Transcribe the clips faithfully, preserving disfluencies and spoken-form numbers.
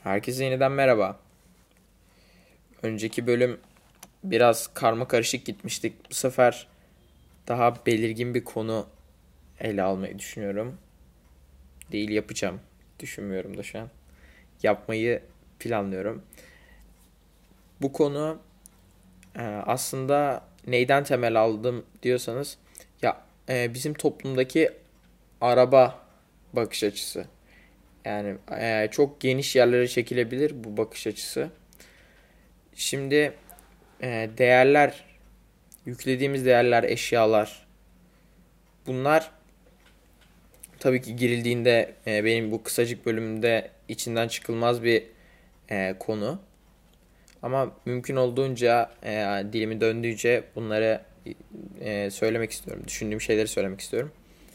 Herkese yeniden merhaba. Önceki bölüm biraz karma karışık gitmiştik. Bu sefer daha belirgin bir konu ele almayı düşünüyorum. Değil yapacağım. Düşünmüyorum da şu an. Yapmayı planlıyorum. Bu konu e, aslında neyden temel aldım diyorsanız ya e, bizim toplumdaki araba bakış açısı. Yani e, çok geniş yerlere çekilebilir bu bakış açısı. Şimdi e, değerler yüklediğimiz değerler, eşyalar bunlar tabii ki girildiğinde e, benim bu kısacık bölümümde içinden çıkılmaz bir e, konu. Ama mümkün olduğunca e, dilimi döndüğünce bunları e, söylemek istiyorum. Düşündüğüm şeyleri söylemek istiyorum.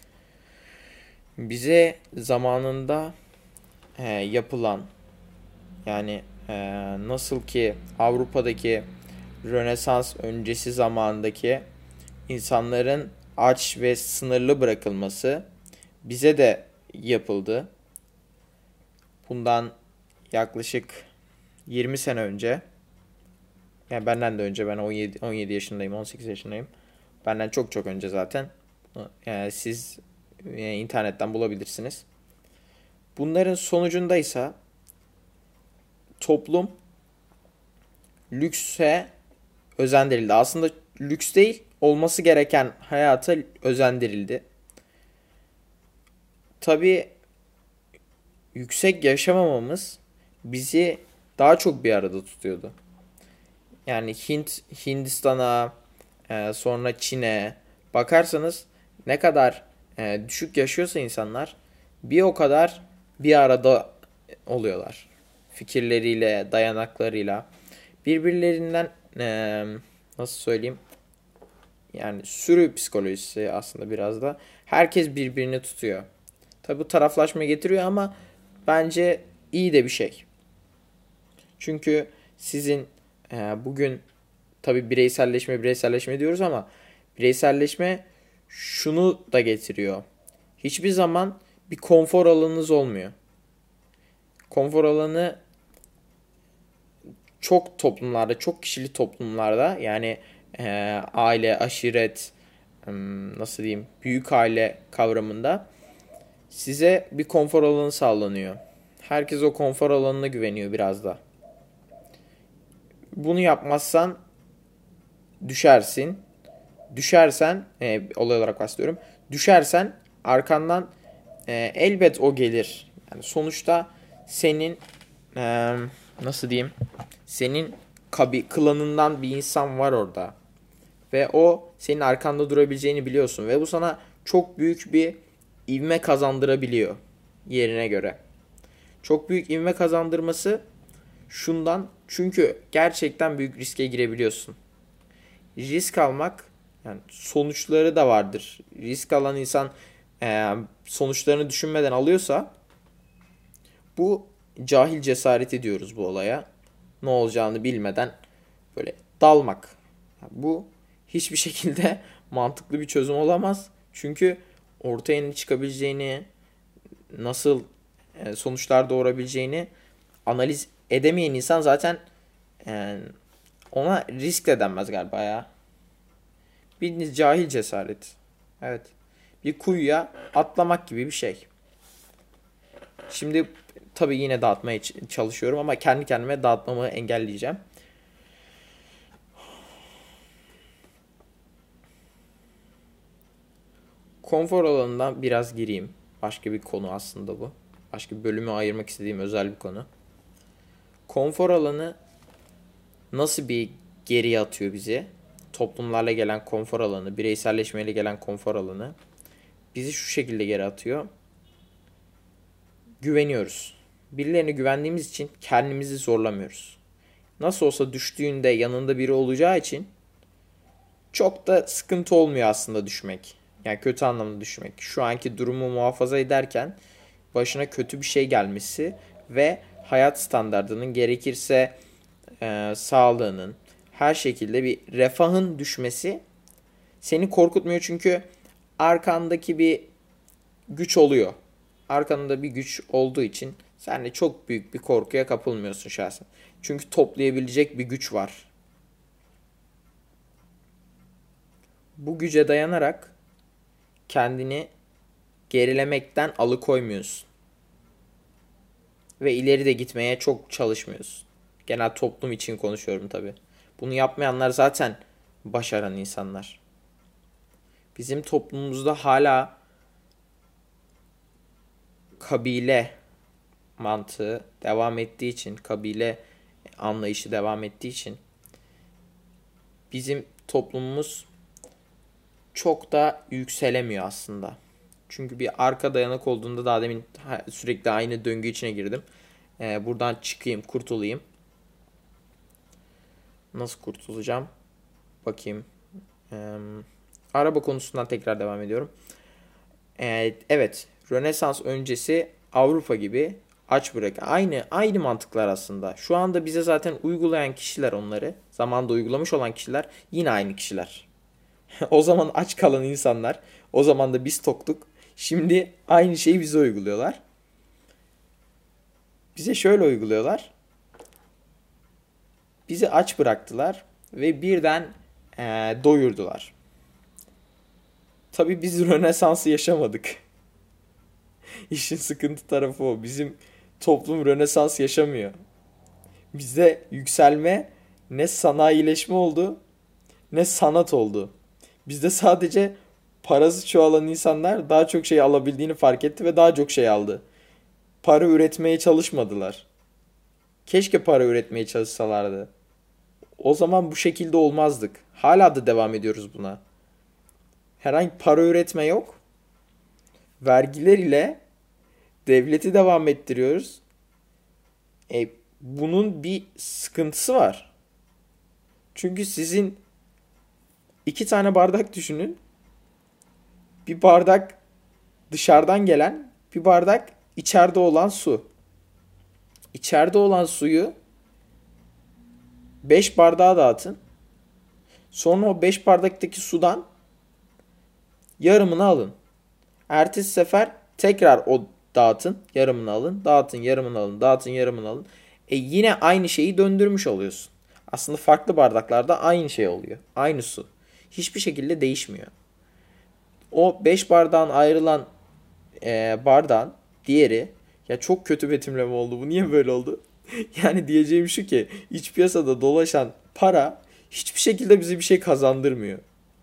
Bize zamanında e, yapılan yani e, nasıl ki Avrupa'daki Rönesans öncesi zamandaki insanların aç ve sınırlı bırakılması bize de yapıldı. Bundan yaklaşık yirmi sene önce, yani benden de önce, ben on yedi, on yedi yaşındayım, on sekiz yaşındayım. Benden çok çok önce zaten. Yani siz e, internetten bulabilirsiniz. Bunların sonucundaysa toplum lükse özendirildi. Aslında lüks değil, olması gereken hayata özendirildi. Tabii yüksek yaşamamamız bizi daha çok bir arada tutuyordu. Yani Hint, Hindistan'a, e, sonra Çin'e bakarsanız ne kadar e, düşük yaşıyorsa insanlar bir o kadar bir arada oluyorlar. Fikirleriyle, dayanaklarıyla. Birbirlerinden e, nasıl söyleyeyim? Yani sürü psikolojisi aslında biraz da. Herkes birbirini tutuyor. Tabi bu taraflaşma getiriyor ama bence iyi de bir şey. Çünkü sizin e, bugün tabi bireyselleşme bireyselleşme diyoruz ama bireyselleşme şunu da getiriyor. Hiçbir zaman bir konfor alanınız olmuyor. Konfor alanı çok toplumlarda, çok kişili toplumlarda yani e, aile, aşiret, nasıl diyeyim, büyük aile kavramında size bir konfor alanı sağlanıyor. Herkes o konfor alanına güveniyor biraz da. Bunu yapmazsan düşersin. Düşersen, e, olay olarak bahsediyorum. Düşersen arkandan e, elbet o gelir. Yani sonuçta senin e, nasıl diyeyim? Senin kabi, klanından bir insan var orada. Ve o senin arkanda durabileceğini biliyorsun. Ve bu sana çok büyük bir ivme kazandırabiliyor yerine göre. Çok büyük ivme kazandırması şundan, çünkü gerçekten büyük riske girebiliyorsun. Risk almak, yani sonuçları da vardır. Risk alan insan e, sonuçlarını düşünmeden alıyorsa bu cahil cesareti diyoruz bu olaya. Ne olacağını bilmeden böyle dalmak. Bu hiçbir şekilde mantıklı bir çözüm olamaz. Çünkü ortaya ne çıkabileceğini, nasıl e, sonuçlar doğurabileceğini analiz edemeyen insan zaten e, ona risk de denmez galiba ya. Bildiğiniz cahil cesaret. Evet. Bir kuyuya atlamak gibi bir şey. Şimdi tabii yine dağıtmaya çalışıyorum ama kendi kendime dağıtmamı engelleyeceğim. Konfor alanından biraz gireyim. Başka bir konu aslında bu. Başka bir bölümü ayırmak istediğim özel bir konu. Konfor alanı nasıl bir geriye atıyor bizi? Toplumlarla gelen konfor alanı, bireyselleşmeyle gelen konfor alanı bizi şu şekilde geri atıyor. Güveniyoruz. Birilerine güvendiğimiz için kendimizi zorlamıyoruz. Nasıl olsa düştüğünde yanında biri olacağı için çok da sıkıntı olmuyor aslında düşmek. Yani kötü anlamda düşmek. Şu anki durumu muhafaza ederken başına kötü bir şey gelmesi ve hayat standartının, gerekirse e, sağlığının, her şekilde bir refahın düşmesi seni korkutmuyor, çünkü arkandaki bir güç oluyor. Arkanda bir güç olduğu için Sen de çok büyük bir korkuya kapılmıyorsun şahsen. Çünkü toplayabilecek bir güç var. Bu güce dayanarak kendini gerilemekten alıkoymuyorsun. Ve ileri de gitmeye çok çalışmıyorsun. Genel toplum için konuşuyorum tabii. Bunu yapmayanlar zaten başaran insanlar. Bizim toplumumuzda hala kabile mantığı devam ettiği için, kabile anlayışı devam ettiği için bizim toplumumuz çok da yükselemiyor aslında. Çünkü bir arka dayanak olduğunda daha demin sürekli aynı döngü içine girdim. Ee, buradan çıkayım, kurtulayım. Nasıl kurtulacağım? Bakayım. Ee, araba konusundan tekrar devam ediyorum. Ee, evet, Rönesans öncesi Avrupa gibi aç bırak. Aynı aynı mantıklar aslında. Şu anda bize zaten uygulayan kişiler onları, zamanda uygulamış olan kişiler yine aynı kişiler. O zaman aç kalan insanlar, o zaman da biz toktuk. Şimdi aynı şeyi bize uyguluyorlar. Bize şöyle uyguluyorlar. Bizi aç bıraktılar ve birden e, doyurdular. Tabii biz Rönesans'ı yaşamadık. İşin sıkıntı tarafı o. Bizim toplum Rönesans yaşamıyor. Bizde yükselme ne sanayileşme oldu ne sanat oldu. Bizde sadece parası çoğalan insanlar daha çok şey alabildiğini fark etti ve daha çok şey aldı. Para üretmeye çalışmadılar. Keşke para üretmeye çalışsalardı. O zaman bu şekilde olmazdık. Hala da devam ediyoruz buna. Herhangi para üretme yok. Vergiler ile devleti devam ettiriyoruz. E, bunun bir sıkıntısı var. Çünkü sizin iki tane bardak düşünün. Bir bardak dışarıdan gelen, bir bardak içeride olan su. İçeride olan suyu beş bardağa dağıtın. Sonra o beş bardaktaki sudan yarımını alın. Ertesi sefer tekrar o dağıtın, yarımını alın, dağıtın, yarımını alın, dağıtın, yarımını alın. E yine aynı şeyi döndürmüş oluyorsun. Aslında farklı bardaklarda aynı şey oluyor. Aynı su. Hiçbir şekilde değişmiyor. O beş bardağın ayrılan e, bardağın diğeri, ya çok kötü betimleme oldu. Bu niye böyle oldu? Yani diyeceğim şu ki iç piyasada dolaşan para hiçbir şekilde bize bir şey kazandırmıyor.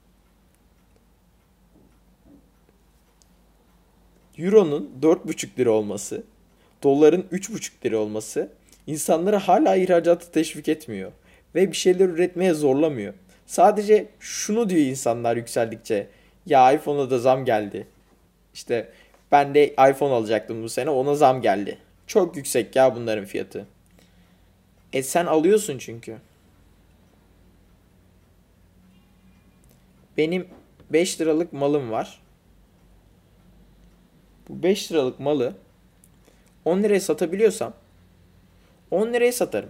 Euro'nun dört buçuk lira olması, doların üç buçuk lira olması insanları hala ihracatı teşvik etmiyor ve bir şeyler üretmeye zorlamıyor. Sadece şunu diyor insanlar yükseldikçe. Ya iPhone'a da zam geldi. İşte ben de iPhone alacaktım bu sene, ona zam geldi. Çok yüksek ya bunların fiyatı. E sen alıyorsun çünkü. Benim beş liralık malım var. Bu beş liralık malı on liraya satabiliyorsam on liraya satarım.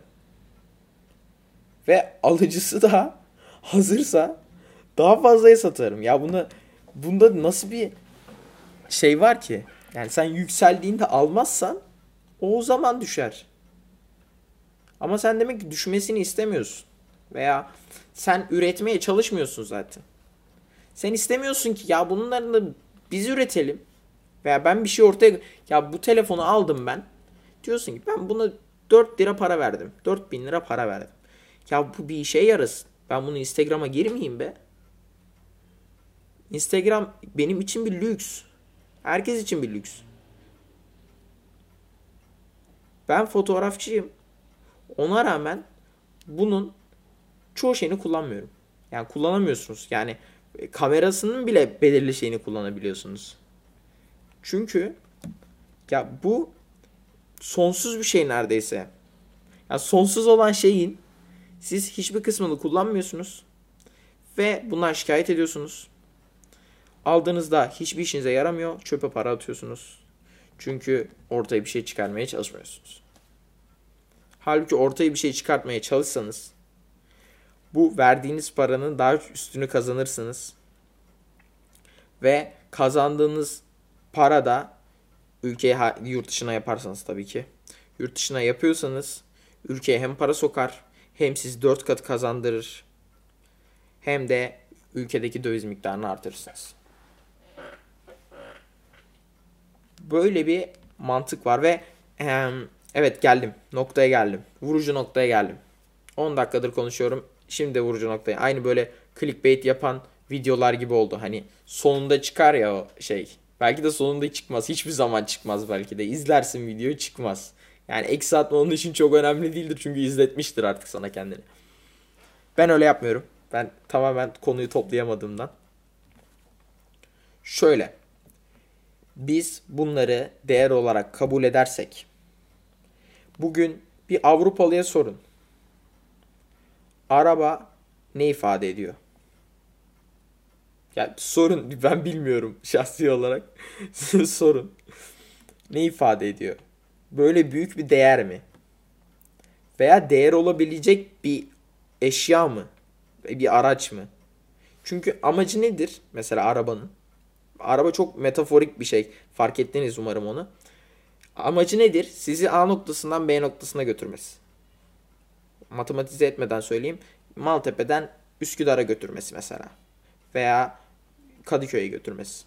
Ve alıcısı da hazırsa daha fazlaya satarım. Ya bunda bunda nasıl bir şey var ki? Yani sen yükseldiğinde almazsan o zaman düşer. Ama sen demek ki düşmesini istemiyorsun. Veya sen üretmeye çalışmıyorsun zaten. Sen istemiyorsun ki ya bunların da biz üretelim. Veya ben bir şey ortaya... Ya bu telefonu aldım ben. Diyorsun ki ben buna dört lira para verdim. dört bin lira para verdim. Ya bu bir işe yarasın. Ben bunu Instagram'a girmeyeyim be. Instagram benim için bir lüks. Herkes için bir lüks. Ben fotoğrafçıyım. Ona rağmen bunun çoğu şeyini kullanmıyorum. Yani kullanamıyorsunuz. Yani kamerasının bile belirli şeyini kullanabiliyorsunuz. Çünkü ya bu sonsuz bir şey neredeyse. Ya sonsuz olan şeyin siz hiçbir kısmını kullanmıyorsunuz ve bundan şikayet ediyorsunuz. Aldığınızda hiçbir işinize yaramıyor, çöpe para atıyorsunuz. Çünkü ortaya bir şey çıkarmaya çalışmıyorsunuz. Halbuki ortaya bir şey çıkartmaya çalışsanız bu verdiğiniz paranın daha üstünü kazanırsınız. Ve kazandığınız para da ülkeye, yurt dışına yaparsanız tabii ki Yurt dışına yapıyorsanız ülkeye hem para sokar, hem siz dört katı kazandırır, hem de ülkedeki döviz miktarını artırırsınız. Böyle bir mantık var ve e, evet geldim. Noktaya geldim. Vurucu noktaya geldim. on dakikadır konuşuyorum. Şimdi de vurucu noktaya. Aynı böyle clickbait yapan videolar gibi oldu. Hani sonunda çıkar ya o şey. Belki de sonunda çıkmaz. Hiçbir zaman çıkmaz belki de. İzlersin videoyu, çıkmaz. Yani eksi atma onun için çok önemli değildir. Çünkü izletmiştir artık sana kendini. Ben öyle yapmıyorum. Ben tamamen konuyu toplayamadığımdan. Şöyle. Biz bunları değer olarak kabul edersek, bugün bir Avrupalıya sorun. Araba ne ifade ediyor? Yani sorun, ben bilmiyorum şahsi olarak. Sorun. Ne ifade ediyor? Böyle büyük bir değer mi? Veya değer olabilecek bir eşya mı? Bir araç mı? Çünkü amacı nedir mesela arabanın? Araba çok metaforik bir şey. Fark ettiniz umarım onu. Amacı nedir? Sizi A noktasından B noktasına götürmesi. Matematize etmeden söyleyeyim. Maltepe'den Üsküdar'a götürmesi mesela. Veya Kadıköy'e götürmesi.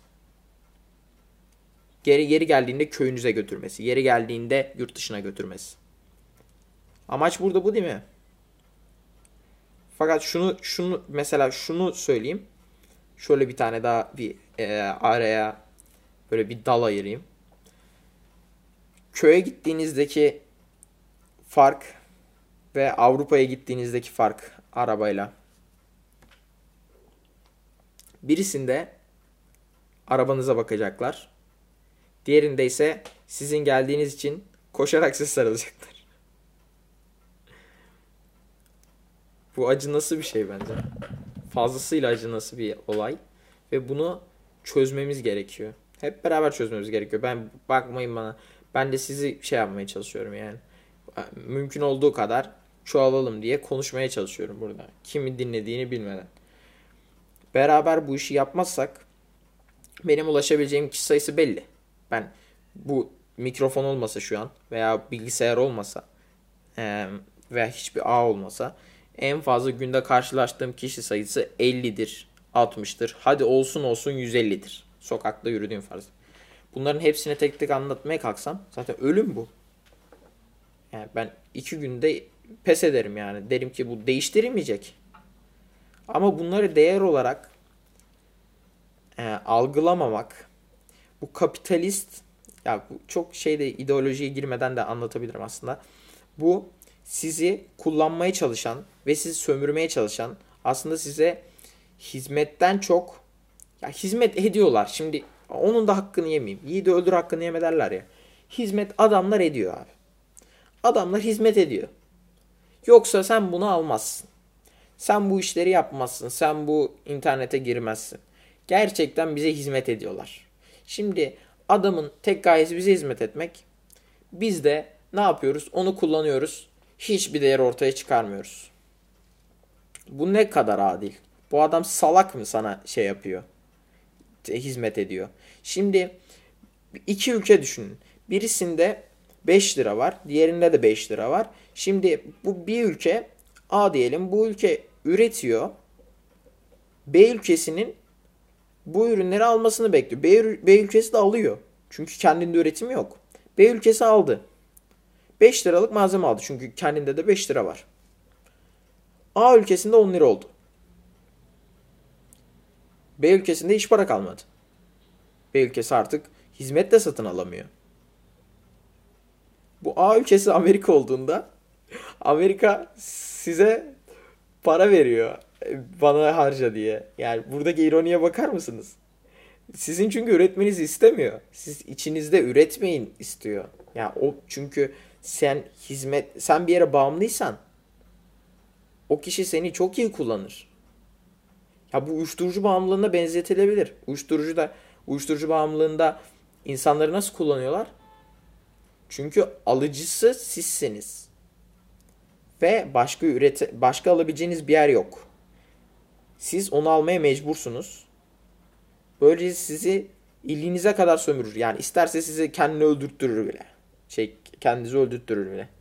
Geri geri geldiğinde köyünüze götürmesi. Yeri geldiğinde yurt dışına götürmesi. Amaç burada bu değil mi? Fakat şunu şunu mesela şunu söyleyeyim. Şöyle bir tane daha bir e, araya böyle bir dal ayırayım. Köye gittiğinizdeki fark ve Avrupa'ya gittiğinizdeki fark arabayla. Birisinde arabanıza bakacaklar. Diğerinde ise sizin geldiğiniz için koşarak size sarılacaklar. Bu acınası bir şey bence. Fazlasıyla acınası bir olay. Ve bunu çözmemiz gerekiyor. Hep beraber çözmemiz gerekiyor. Ben bakmayın bana. Ben de sizi şey yapmaya çalışıyorum yani. Mümkün olduğu kadar çoğalalım diye konuşmaya çalışıyorum burada. Kimin dinlediğini bilmeden. Beraber bu işi yapmazsak benim ulaşabileceğim kişi sayısı belli. Ben bu mikrofon olmasa şu an veya bilgisayar olmasa veya hiçbir ağ olmasa en fazla günde karşılaştığım kişi sayısı ellidir, altmıştır. Hadi olsun olsun yüz ellidir. Sokakta yürüdüğüm farz. Bunların hepsini tek tek anlatmaya kalksam zaten ölüm bu. Yani ben iki günde pes ederim yani. Derim ki bu değiştirilmeyecek. Ama bunları değer olarak e, algılamamak, bu kapitalist, ya bu çok şeyde ideolojiye girmeden de anlatabilirim aslında. Bu sizi kullanmaya çalışan ve sizi sömürmeye çalışan, aslında size hizmetten çok ya hizmet ediyorlar. Şimdi onun da hakkını yemeyeyim. Yiğidi öldür hakkını yeme derler ya. Hizmet adamlar ediyor abi. Adamlar hizmet ediyor. Yoksa sen bunu almazsın. Sen bu işleri yapmazsın. Sen bu internete girmezsin. Gerçekten bize hizmet ediyorlar. Şimdi adamın tek gayesi bize hizmet etmek. Biz de ne yapıyoruz? Onu kullanıyoruz. Hiçbir değer ortaya çıkarmıyoruz. Bu ne kadar adil? Bu adam salak mı sana şey yapıyor? Hizmet ediyor. Şimdi iki ülke düşünün. Birisinde beş lira var. Diğerinde de beş lira var. Şimdi bu bir ülke A diyelim. Bu ülke üretiyor. B ülkesinin bu ürünleri almasını bekliyor. B, B ülkesi de alıyor. Çünkü kendinde üretim yok. B ülkesi aldı. beş liralık malzeme aldı. Çünkü kendinde de beş lira var. A ülkesinde on lira oldu. B ülkesinde hiç para kalmadı. B ülkesi artık hizmet de satın alamıyor. Bu A ülkesi Amerika olduğunda Amerika size para veriyor. Bana harca diye. Yani buradaki ironiye bakar mısınız? Sizin çünkü üretmenizi istemiyor. Siz içinizde üretmeyin istiyor. Yani o çünkü sen hizmet sen bir yere bağımlıysan o kişi seni çok iyi kullanır. Ya bu uyuşturucu bağımlılığına benzetilebilir. Uyuşturucu da uyuşturucu bağımlılığında insanları nasıl kullanıyorlar? Çünkü alıcısı sizsiniz. Ve başka ürete başka alabileceğiniz bir yer yok. Siz onu almaya mecbursunuz. Böylece sizi iliğinize kadar sömürür. Yani isterse sizi kendini öldürttürür bile. Şey kendinizi öldürtürür bile.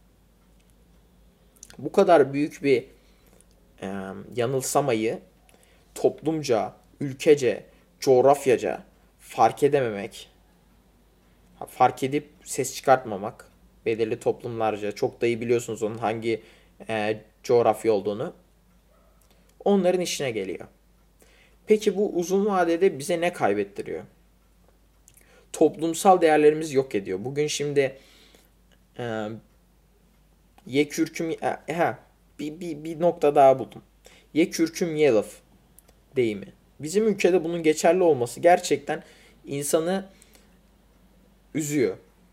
Bu kadar büyük bir e, yanılsamayı toplumca, ülkece, coğrafyaca fark edememek, fark edip ses çıkartmamak, belirli toplumlarca, çok da iyi biliyorsunuz onun hangi e, coğrafya olduğunu, onların işine geliyor. Peki bu uzun vadede bize ne kaybettiriyor? Toplumsal değerlerimizi yok ediyor. Bugün şimdi e, ye kürküm e, he, bir, bir, bir nokta daha buldum. Ye kürküm ye laf deyimi. Bizim ülkede bunun geçerli olması gerçekten insanı üzüyor.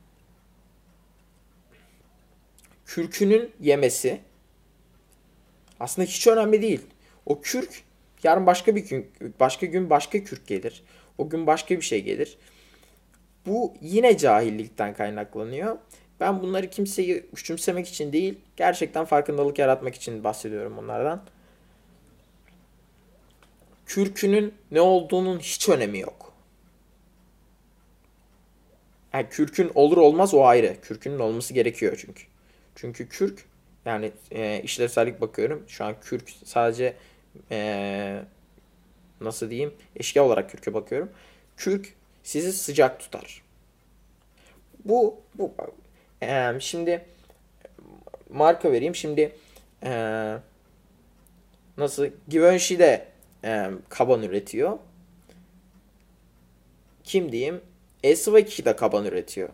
Kürkünün yemesi aslında hiç önemli değil. O kürk yarın başka bir gün, başka gün başka kürk gelir. O gün başka bir şey gelir. Bu yine cahillikten kaynaklanıyor. Ben bunları kimseyi küçümsemek için değil, gerçekten farkındalık yaratmak için bahsediyorum bunlardan. Kürkünün ne olduğunun hiç önemi yok. Yani kürkün olur olmaz o ayrı. Kürkünün olması gerekiyor çünkü. Çünkü kürk yani e, işlevsellik bakıyorum. Şu an kürk sadece e, nasıl diyeyim eşya olarak kürke bakıyorum. Kürk sizi sıcak tutar. Bu bu e, şimdi marka vereyim. Şimdi e, nasıl Givenchy de e, kaban üretiyor. Kim diyeyim? Esvaki de kaban üretiyor.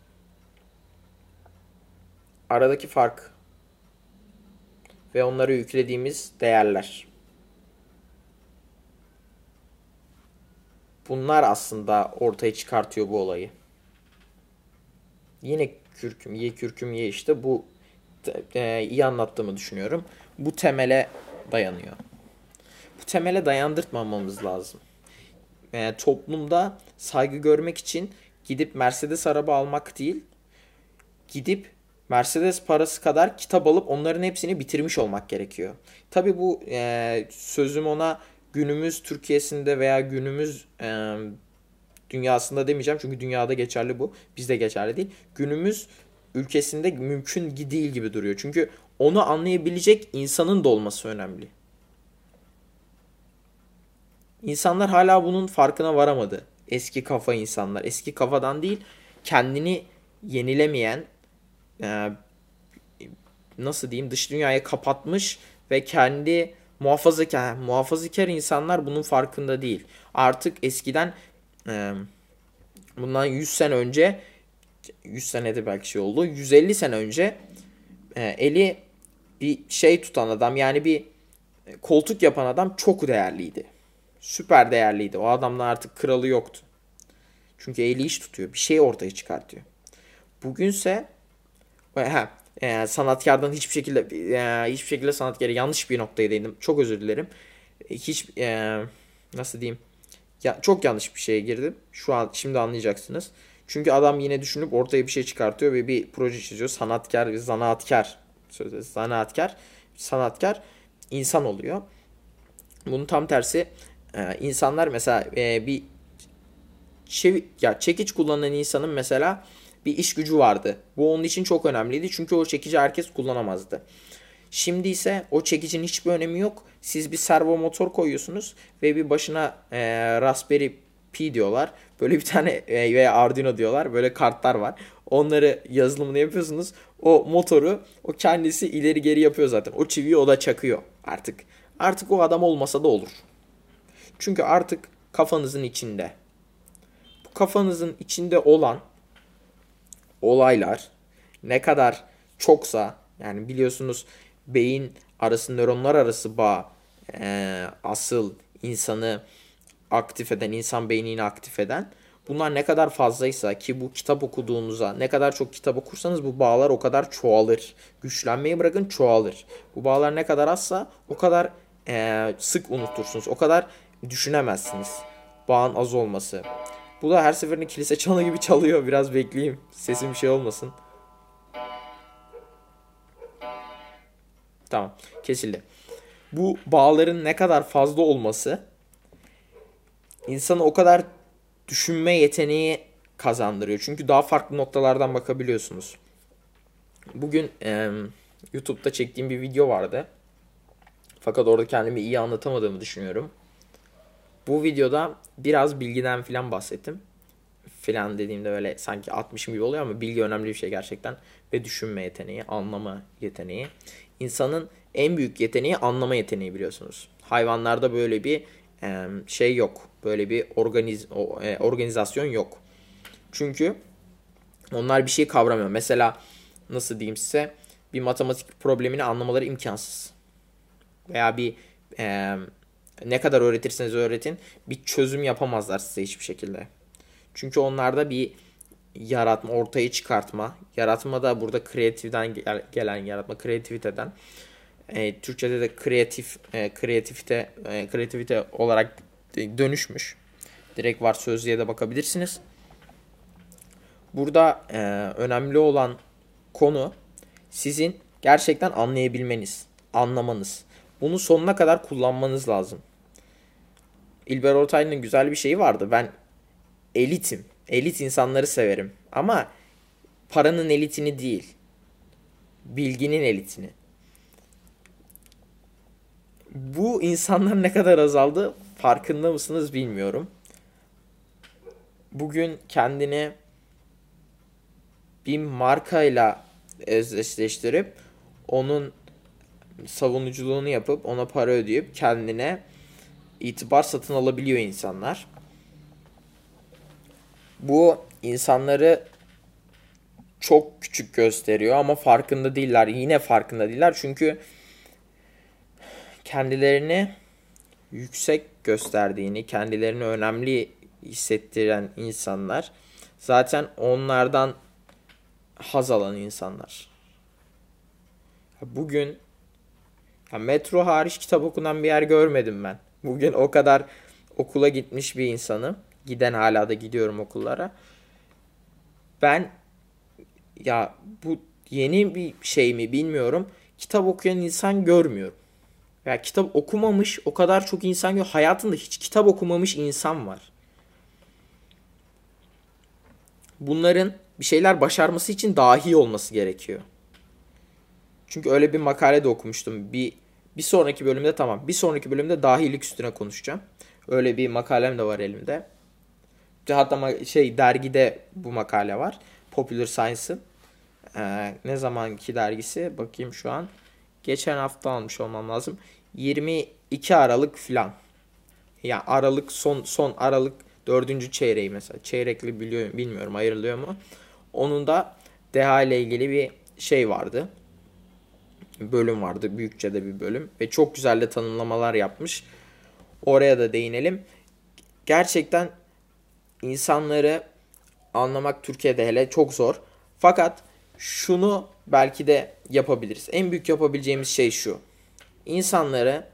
Aradaki fark ve onlara yüklediğimiz değerler. Bunlar aslında ortaya çıkartıyor bu olayı. Yine kürküm ye kürküm ye işte bu e, iyi anlattığımı düşünüyorum. Bu temele dayanıyor. Bu temele dayandırtmamamız lazım. E, toplumda saygı görmek için gidip Mercedes araba almak değil, gidip Mercedes parası kadar kitap alıp onların hepsini bitirmiş olmak gerekiyor. Tabii bu e, sözüm ona günümüz Türkiye'sinde veya günümüz e, dünyasında demeyeceğim çünkü dünyada geçerli bu. Bizde geçerli değil. Günümüz ülkesinde mümkün değil gibi duruyor. Çünkü onu anlayabilecek insanın da olması önemli. İnsanlar hala bunun farkına varamadı. Eski kafa insanlar. Eski kafadan değil, kendini yenilemeyen, e, nasıl diyeyim dış dünyaya kapatmış ve kendi muhafazakar, muhafazakar insanlar bunun farkında değil. Artık eskiden e, bundan yüz sene önce yüz senede belki şey oldu. yüz elli sene önce e, eli bir şey tutan adam yani bir koltuk yapan adam çok değerliydi. Süper değerliydi. O adamın artık kralı yoktu. Çünkü eli iş tutuyor. Bir şey ortaya çıkartıyor. Bugünse ha, e, sanatkardan hiçbir şekilde e, hiçbir şekilde sanatkara yanlış bir noktaya değindim. Çok özür dilerim. Hiç e, nasıl diyeyim? Ya, çok yanlış bir şeye girdim. Şu an şimdi anlayacaksınız. Çünkü adam yine düşünüp ortaya bir şey çıkartıyor ve bir proje çiziyor. Sanatkar ve zanaatkar. Sözde zanaatkar, sanatkar insan oluyor. Bunun tam tersi e, insanlar mesela e, bir çevi, ya çekiç kullanan insanın mesela bir iş gücü vardı. Bu onun için çok önemliydi. Çünkü o çekici herkes kullanamazdı. Şimdi ise o çekicinin hiçbir önemi yok. Siz bir servo motor koyuyorsunuz ve bir başına e, Raspberry Pi diyorlar. Böyle bir tane e, veya Arduino diyorlar. Böyle kartlar var. Onları yazılımını yapıyorsunuz. O motoru o kendisi ileri geri yapıyor zaten. O çiviyi o da çakıyor artık. Artık o adam olmasa da olur. Çünkü artık kafanızın içinde. Bu kafanızın içinde olan olaylar ne kadar çoksa yani biliyorsunuz beyin arası nöronlar arası bağ e, asıl insanı aktif eden, insan beynini aktif eden bunlar ne kadar fazlaysa ki bu kitap okuduğunuza ne kadar çok kitap okursanız bu bağlar o kadar çoğalır. Güçlenmeyi bırakın çoğalır. Bu bağlar ne kadar azsa o kadar e, sık unutursunuz. O kadar düşünemezsiniz. Bağın az olması. Bu da her seferinde kilise çanı gibi çalıyor. Biraz bekleyeyim. Sesim bir şey olmasın. Tamam. Kesildi. Bu bağların ne kadar fazla olması insanı o kadar düşünme yeteneği kazandırıyor. Çünkü daha farklı noktalardan bakabiliyorsunuz. Bugün e, YouTube'da çektiğim bir video vardı. Fakat orada kendimi iyi anlatamadığımı düşünüyorum. Bu videoda biraz bilgiden filan bahsettim. Filan dediğimde öyle sanki atmışım gibi oluyor ama bilgi önemli bir şey gerçekten. Ve düşünme yeteneği, anlama yeteneği. İnsanın en büyük yeteneği anlama yeteneği, biliyorsunuz. Hayvanlarda böyle bir e, şey yok. Böyle bir organiz, o, e, organizasyon yok. Çünkü onlar bir şey kavramıyor. Mesela nasıl diyeyim size, bir matematik problemini anlamaları imkansız. Veya bir e, ne kadar öğretirseniz öğretin bir çözüm yapamazlar size hiçbir şekilde. Çünkü onlarda bir yaratma, ortaya çıkartma, yaratma da burada kreatiften gelen yaratma, kreativiteden. E, Türkçe'de de kreatif, e, kreativite, e, kreativite olarak dönüşmüş. Direkt var sözlüğe de bakabilirsiniz. Burada e, önemli olan konu sizin gerçekten anlayabilmeniz, anlamanız. Bunu sonuna kadar kullanmanız lazım. İlber Ortaylı'nın güzel bir şeyi vardı. Ben elitim. Elit insanları severim. Ama paranın elitini değil. Bilginin elitini. Bu insanlar ne kadar azaldı farkında mısınız bilmiyorum. Bugün kendini bir markayla özdeşleştirip onun savunuculuğunu yapıp ona para ödeyip kendine itibar satın alabiliyor insanlar. Bu insanları çok küçük gösteriyor ama farkında değiller. Yine farkında değiller çünkü kendilerini yüksek gösterdiğini, kendilerini önemli hissettiren insanlar zaten onlardan haz alan insanlar. Bugün ya metro hariç kitap okunan bir yer görmedim ben. Bugün o kadar okula gitmiş bir insanım. Giden, hala da gidiyorum okullara. Ben ya bu yeni bir şey mi bilmiyorum. Kitap okuyan insan görmüyorum. Ya kitap okumamış o kadar çok insan yok. Hayatında hiç kitap okumamış insan var. Bunların bir şeyler başarması için dahi olması gerekiyor. Çünkü öyle bir makale de okumuştum. Bir bir sonraki bölümde tamam. Bir sonraki bölümde dahilik üstüne konuşacağım. Öyle bir makalem de var elimde. Hatta şey dergide bu makale var. Popular Science'ın. Ee, ne zamanki dergisi? Bakayım şu an. Geçen hafta almış olmam lazım. yirmi iki Aralık filan. Ya Aralık son son Aralık dördüncü çeyreği mesela. Çeyrekli biliyor, bilmiyorum ayrılıyor mu? Onun da deha ile ilgili bir şey vardı. Bölüm vardı. Büyükçe de bir bölüm. Ve çok güzel de tanımlamalar yapmış. Oraya da değinelim. Gerçekten insanları anlamak Türkiye'de hele çok zor. Fakat şunu belki de yapabiliriz. En büyük yapabileceğimiz şey şu. İnsanları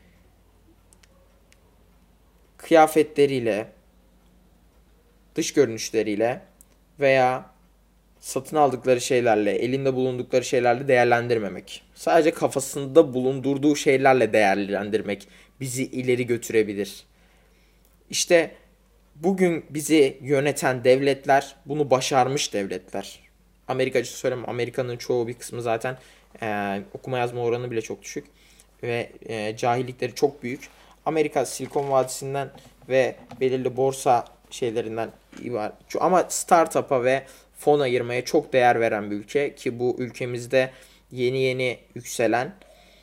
kıyafetleriyle, dış görünüşleriyle veya satın aldıkları şeylerle, elinde bulundukları şeylerle değerlendirmemek. Sadece kafasında bulundurduğu şeylerle değerlendirmek bizi ileri götürebilir. İşte bugün bizi yöneten devletler bunu başarmış devletler. Amerikacı söyleyeyim, Amerika'nın çoğu bir kısmı zaten e, okuma yazma oranı bile çok düşük ve e, cahillikleri çok büyük. Amerika Silikon Vadisi'nden ve belirli borsa şeylerinden var. Ama startup'a ve fon ayırmaya çok değer veren bir ülke ki bu ülkemizde yeni yeni yükselen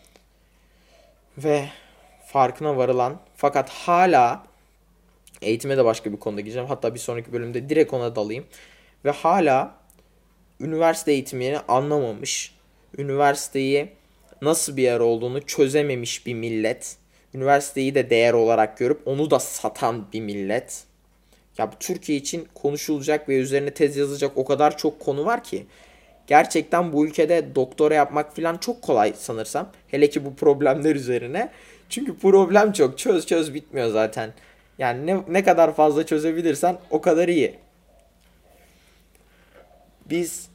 ve farkına varılan fakat hala eğitime de başka bir konuda gireceğim. Hatta bir sonraki bölümde direkt ona dalayım. Ve hala üniversite eğitimini anlamamış, üniversiteyi nasıl bir yer olduğunu çözememiş bir millet, üniversiteyi de değer olarak görüp onu da satan bir millet. Ya bu Türkiye için konuşulacak ve üzerine tez yazacak o kadar çok konu var ki. Gerçekten bu ülkede doktora yapmak falan çok kolay sanırsam. Hele ki bu problemler üzerine. Çünkü problem çok. Çöz çöz bitmiyor zaten. Yani ne, ne kadar fazla çözebilirsen o kadar iyi. Biz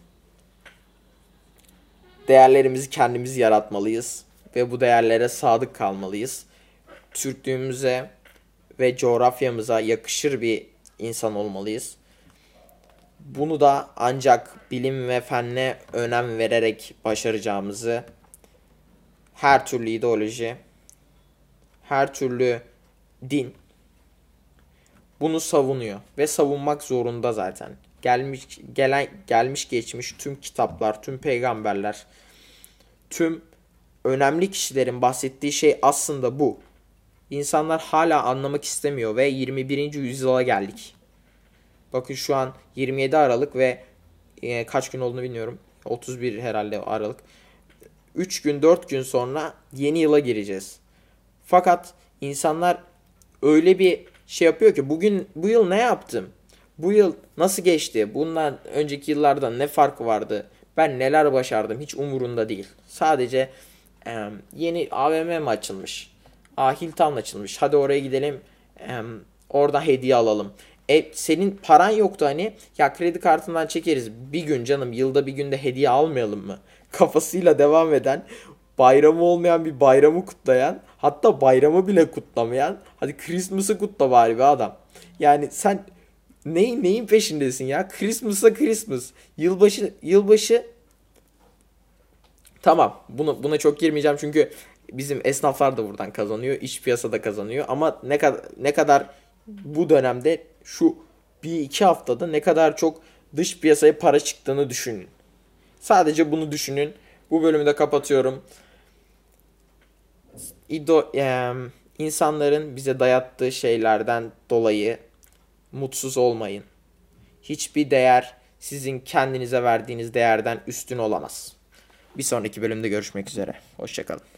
değerlerimizi kendimiz yaratmalıyız. Ve bu değerlere sadık kalmalıyız. Türklüğümüze ve coğrafyamıza yakışır bir insan olmalıyız. Bunu da ancak bilim ve fenne önem vererek başaracağımızı, her türlü ideoloji, her türlü din bunu savunuyor ve savunmak zorunda zaten. Gelmiş gelen gelmiş geçmiş tüm kitaplar, tüm peygamberler, tüm önemli kişilerin bahsettiği şey aslında bu. İnsanlar hala anlamak istemiyor ve yirmi birinci yüzyıla geldik. Bakın şu an yirmi yedi Aralık ve e, kaç gün olduğunu bilmiyorum. otuz bir herhalde Aralık. üç gün dört gün sonra yeni yıla gireceğiz. Fakat insanlar öyle bir şey yapıyor ki bugün bu yıl ne yaptım? Bu yıl nasıl geçti? Bundan önceki yıllarda ne farkı vardı? Ben neler başardım? Hiç umurunda değil. Sadece e, yeni A V M mi açılmış? Aa, Hilton açılmış. Hadi oraya gidelim. E, orada hediye alalım. E, senin paran yoktu hani. Ya kredi kartından çekeriz. Bir gün canım, yılda bir günde hediye almayalım mı? Kafasıyla devam eden, bayramı olmayan bir bayramı kutlayan, hatta bayramı bile kutlamayan, hadi Christmas'ı kutla bari be adam. Yani sen neyin neyin peşindesin ya? Christmas'a Christmas. Yılbaşı yılbaşı tamam. Bunu buna çok girmeyeceğim çünkü bizim esnaflar da buradan kazanıyor, iç piyasada kazanıyor ama ne kadar ne kadar bu dönemde şu bir iki haftada ne kadar çok dış piyasaya para çıktığını düşünün. Sadece bunu düşünün. Bu bölümü de kapatıyorum. İdo, e, insanların bize dayattığı şeylerden dolayı mutsuz olmayın. Hiçbir değer sizin kendinize verdiğiniz değerden üstün olamaz. Bir sonraki bölümde görüşmek üzere. Hoşça kalın.